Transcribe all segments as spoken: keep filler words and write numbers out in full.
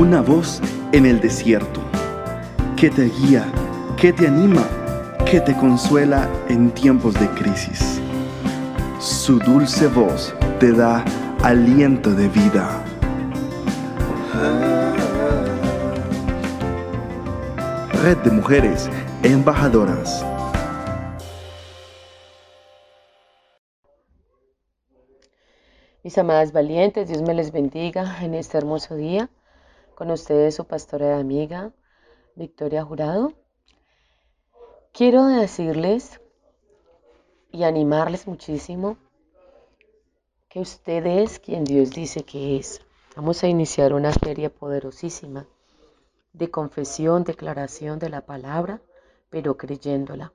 Una voz en el desierto que te guía, que te anima, que te consuela en tiempos de crisis. Su dulce voz te da aliento de vida. Red de Mujeres Embajadoras. Mis amadas valientes, Dios me les bendiga en este hermoso día. Con ustedes su pastora y amiga, Victoria Jurado. Quiero decirles y animarles muchísimo que usted es quien Dios dice que es. Vamos a iniciar una serie poderosísima de confesión, declaración de la palabra, pero creyéndola.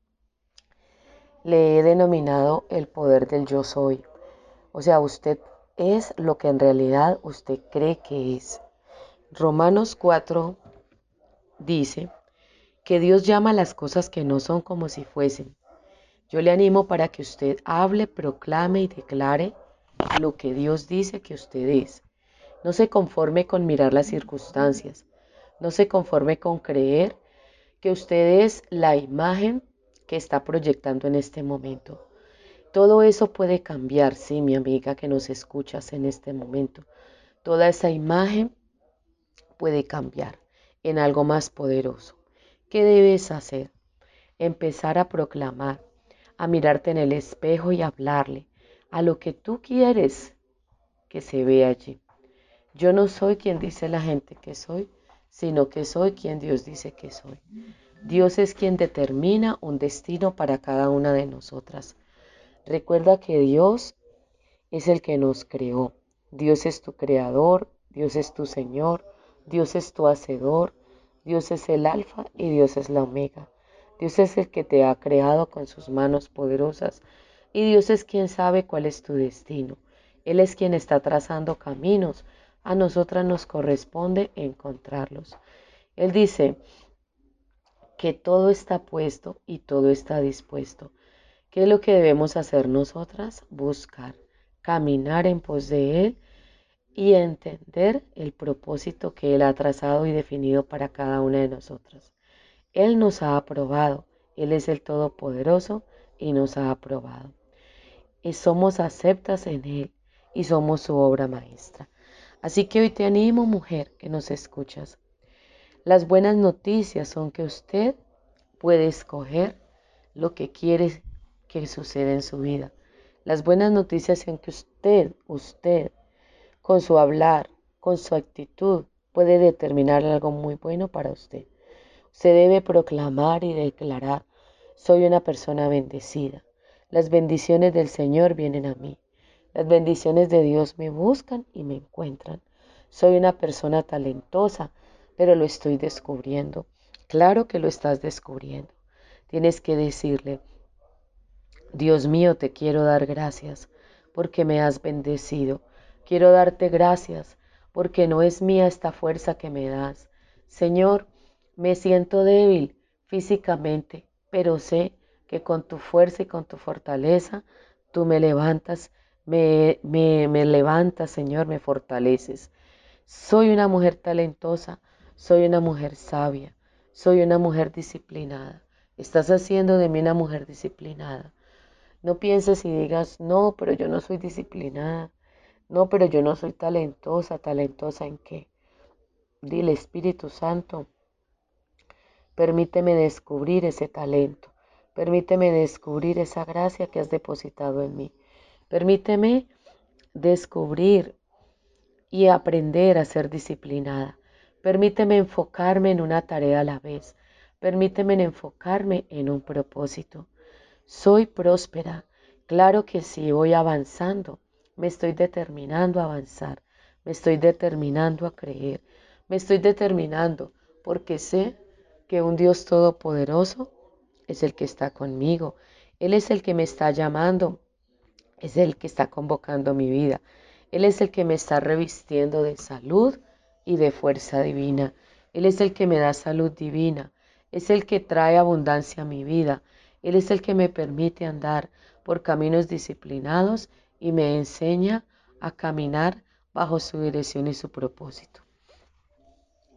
Le he denominado el poder del yo soy. O sea, usted es lo que en realidad usted cree que es. Romanos cuatro dice que Dios llama a las cosas que no son como si fuesen. Yo le animo para que usted hable, proclame y declare lo que Dios dice que usted es. No se conforme con mirar las circunstancias. No se conforme con creer que usted es la imagen que está proyectando en este momento. Todo eso puede cambiar, sí, mi amiga que nos escuchas en este momento. Toda esa imagen puede cambiar en algo más poderoso. ¿Qué debes hacer? Empezar a proclamar, a mirarte en el espejo y hablarle a lo que tú quieres que se vea allí. Yo no soy quien dice la gente que soy, sino que soy quien Dios dice que soy. Dios es quien determina un destino para cada una de nosotras. Recuerda que Dios es el que nos creó. Dios es tu creador, Dios es tu Señor, Dios es tu hacedor, Dios es el alfa y Dios es la omega. Dios es el que te ha creado con sus manos poderosas y Dios es quien sabe cuál es tu destino. Él es quien está trazando caminos. A nosotras nos corresponde encontrarlos. Él dice que todo está puesto y todo está dispuesto. ¿Qué es lo que debemos hacer nosotras? Buscar, caminar en pos de Él y entender el propósito que Él ha trazado y definido para cada una de nosotras. Él nos ha aprobado, Él es el Todopoderoso y nos ha aprobado. Y somos aceptas en Él y somos su obra maestra. Así que hoy te animo, mujer, que nos escuchas. Las buenas noticias son que usted puede escoger lo que quiere que suceda en su vida. Las buenas noticias son que usted, usted, con su hablar, con su actitud, puede determinar algo muy bueno para usted. Usted debe proclamar y declarar: soy una persona bendecida. Las bendiciones del Señor vienen a mí. Las bendiciones de Dios me buscan y me encuentran. Soy una persona talentosa, pero lo estoy descubriendo. Claro que lo estás descubriendo. Tienes que decirle: Dios mío, te quiero dar gracias porque me has bendecido. Quiero darte gracias porque no es mía esta fuerza que me das. Señor, me siento débil físicamente, pero sé que con tu fuerza y con tu fortaleza tú me levantas, me, me, me levantas, Señor, me fortaleces. Soy una mujer talentosa, soy una mujer sabia, soy una mujer disciplinada. Estás haciendo de mí una mujer disciplinada. No pienses y digas: no, pero yo no soy disciplinada. No, pero yo no soy talentosa. ¿Talentosa en qué? Dile: Espíritu Santo, permíteme descubrir ese talento. Permíteme descubrir esa gracia que has depositado en mí. Permíteme descubrir y aprender a ser disciplinada. Permíteme enfocarme en una tarea a la vez. Permíteme enfocarme en un propósito. Soy próspera. Claro que sí, voy avanzando. Me estoy determinando a avanzar. Me estoy determinando a creer. Me estoy determinando porque sé que un Dios todopoderoso es el que está conmigo. Él es el que me está llamando. Es el que está convocando mi vida. Él es el que me está revistiendo de salud y de fuerza divina. Él es el que me da salud divina. Es el que trae abundancia a mi vida. Él es el que me permite andar por caminos disciplinados y me enseña a caminar bajo su dirección y su propósito.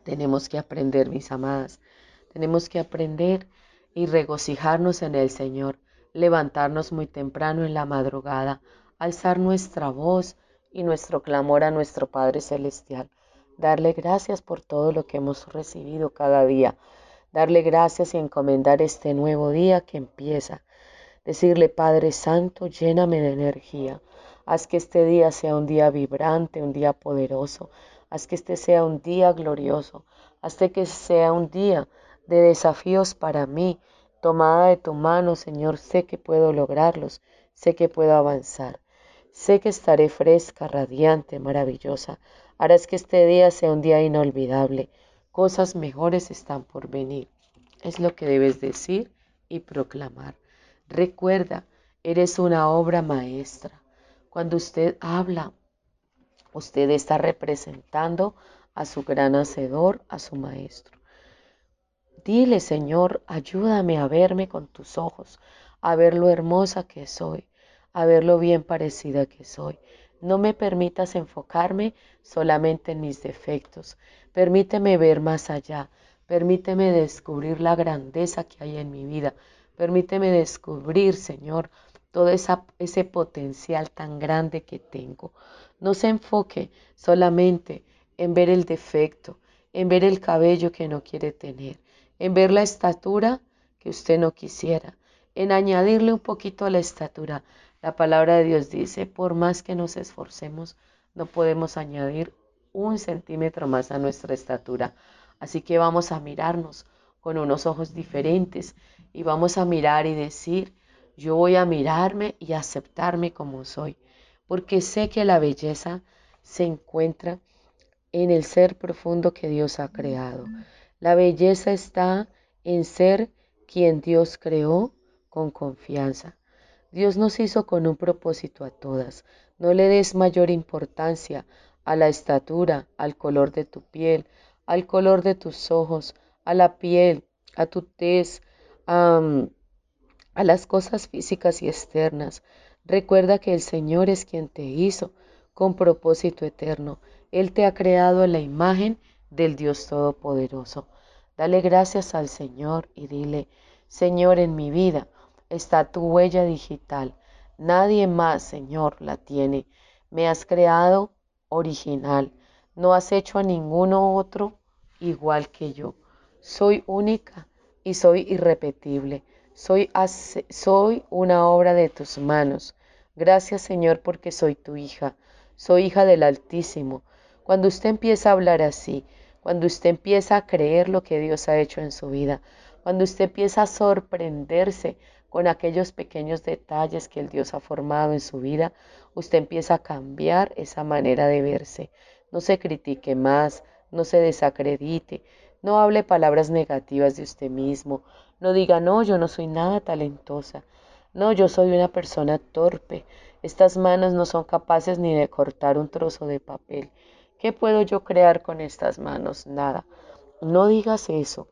Tenemos que aprender, mis amadas, tenemos que aprender y regocijarnos en el Señor, levantarnos muy temprano en la madrugada, alzar nuestra voz y nuestro clamor a nuestro Padre Celestial, darle gracias por todo lo que hemos recibido cada día, darle gracias y encomendar este nuevo día que empieza. Decirle, Padre Santo, lléname de energía. Haz que este día sea un día vibrante, un día poderoso. Haz que este sea un día glorioso. Haz que sea un día de desafíos para mí. Tomada de tu mano, Señor, sé que puedo lograrlos. Sé que puedo avanzar. Sé que estaré fresca, radiante, maravillosa. Harás que este día sea un día inolvidable. Cosas mejores están por venir. Es lo que debes decir y proclamar. Recuerda, eres una obra maestra. Cuando usted habla, usted está representando a su gran hacedor, a su maestro. Dile, Señor, ayúdame a verme con tus ojos, a ver lo hermosa que soy, a ver lo bien parecida que soy. No me permitas enfocarme solamente en mis defectos. Permíteme ver más allá. Permíteme descubrir la grandeza que hay en mi vida. Permíteme descubrir, Señor, todo esa, ese potencial tan grande que tengo. No se enfoque solamente en ver el defecto, en ver el cabello que no quiere tener, en ver la estatura que usted no quisiera, en añadirle un poquito a la estatura. La palabra de Dios dice, por más que nos esforcemos, no podemos añadir un centímetro más a nuestra estatura. Así que vamos a mirarnos con unos ojos diferentes y vamos a mirar y decir, yo voy a mirarme y aceptarme como soy, porque sé que la belleza se encuentra en el ser profundo que Dios ha creado. La belleza está en ser quien Dios creó con confianza. Dios nos hizo con un propósito a todas. No le des mayor importancia a la estatura, al color de tu piel, al color de tus ojos, a la piel, a tu tez, a, a las cosas físicas y externas. Recuerda que el Señor es quien te hizo con propósito eterno. Él te ha creado a la imagen del Dios Todopoderoso. Dale gracias al Señor y dile, Señor, en mi vida está tu huella digital. Nadie más, Señor, la tiene. Me has creado original. No has hecho a ninguno otro igual que yo. Soy única y soy irrepetible. Soy, soy una obra de tus manos. Gracias, Señor, porque soy tu hija. Soy hija del Altísimo. Cuando usted empieza a hablar así, cuando usted empieza a creer lo que Dios ha hecho en su vida, cuando usted empieza a sorprenderse con aquellos pequeños detalles que el Dios ha formado en su vida, usted empieza a cambiar esa manera de verse. No se critique más, no se desacredite, no hable palabras negativas de usted mismo, no diga, no, yo no soy nada talentosa, no, yo soy una persona torpe, estas manos no son capaces ni de cortar un trozo de papel. ¿Qué puedo yo crear con estas manos? Nada. No digas eso.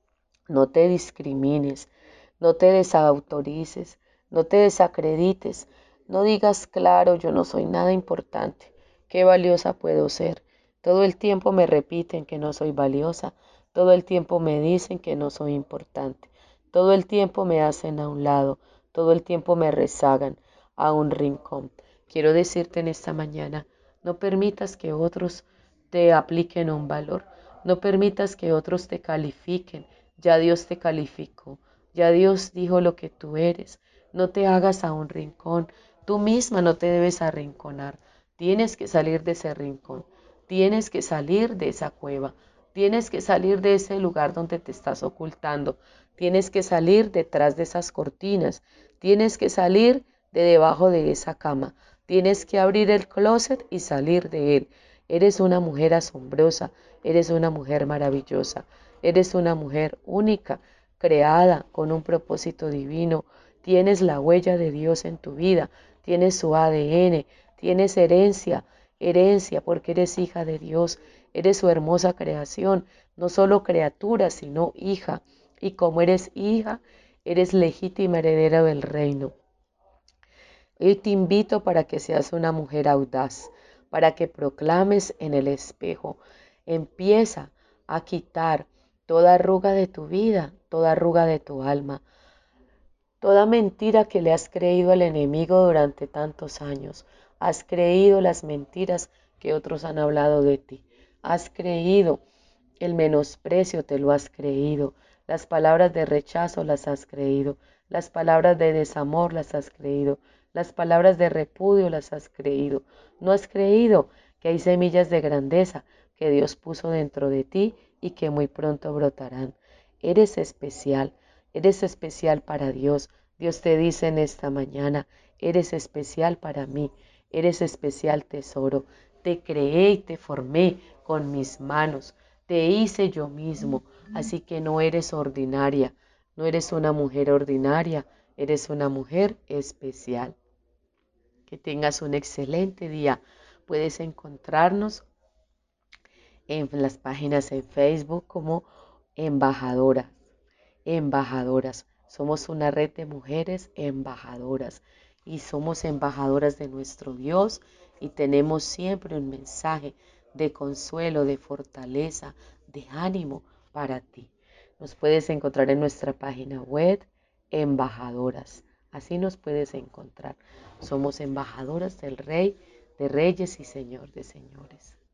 No te discrimines, no te desautorices, no te desacredites, no digas, claro, yo no soy nada importante, qué valiosa puedo ser. Todo el tiempo me repiten que no soy valiosa, todo el tiempo me dicen que no soy importante, todo el tiempo me hacen a un lado, todo el tiempo me rezagan a un rincón. Quiero decirte en esta mañana, no permitas que otros te apliquen un valor, no permitas que otros te califiquen. Ya Dios te calificó, ya Dios dijo lo que tú eres. No te hagas a un rincón, tú misma no te debes arrinconar. Tienes que salir de ese rincón, tienes que salir de esa cueva, tienes que salir de ese lugar donde te estás ocultando, tienes que salir detrás de esas cortinas, tienes que salir de debajo de esa cama, tienes que abrir el closet y salir de él. Eres una mujer asombrosa, eres una mujer maravillosa. Eres una mujer única, creada con un propósito divino. Tienes la huella de Dios en tu vida, tienes su A D N, tienes herencia, herencia porque eres hija de Dios, eres su hermosa creación, no solo criatura, sino hija. Y como eres hija, eres legítima heredera del reino. Y te invito para que seas una mujer audaz, para que proclames en el espejo. Empieza a quitar toda arruga de tu vida, toda arruga de tu alma, toda mentira que le has creído al enemigo durante tantos años. Has creído las mentiras que otros han hablado de ti. Has creído el menosprecio, te lo has creído. Las palabras de rechazo las has creído. Las palabras de desamor las has creído. Las palabras de repudio las has creído. No has creído que hay semillas de grandeza que Dios puso dentro de ti y que muy pronto brotarán. Eres especial. Eres especial para Dios. Dios te dice en esta mañana, eres especial para mí, eres especial tesoro. Te creé y te formé con mis manos, te hice yo mismo, así que no eres ordinaria, no eres una mujer ordinaria, eres una mujer especial. Que tengas un excelente día. Puedes encontrarnos en las páginas en Facebook como embajadoras. Embajadoras. Somos una red de mujeres embajadoras y somos embajadoras de nuestro Dios y tenemos siempre un mensaje de consuelo, de fortaleza, de ánimo para ti. Nos puedes encontrar en nuestra página web, embajadoras. Así nos puedes encontrar. Somos embajadoras del Rey de Reyes y Señor de Señores.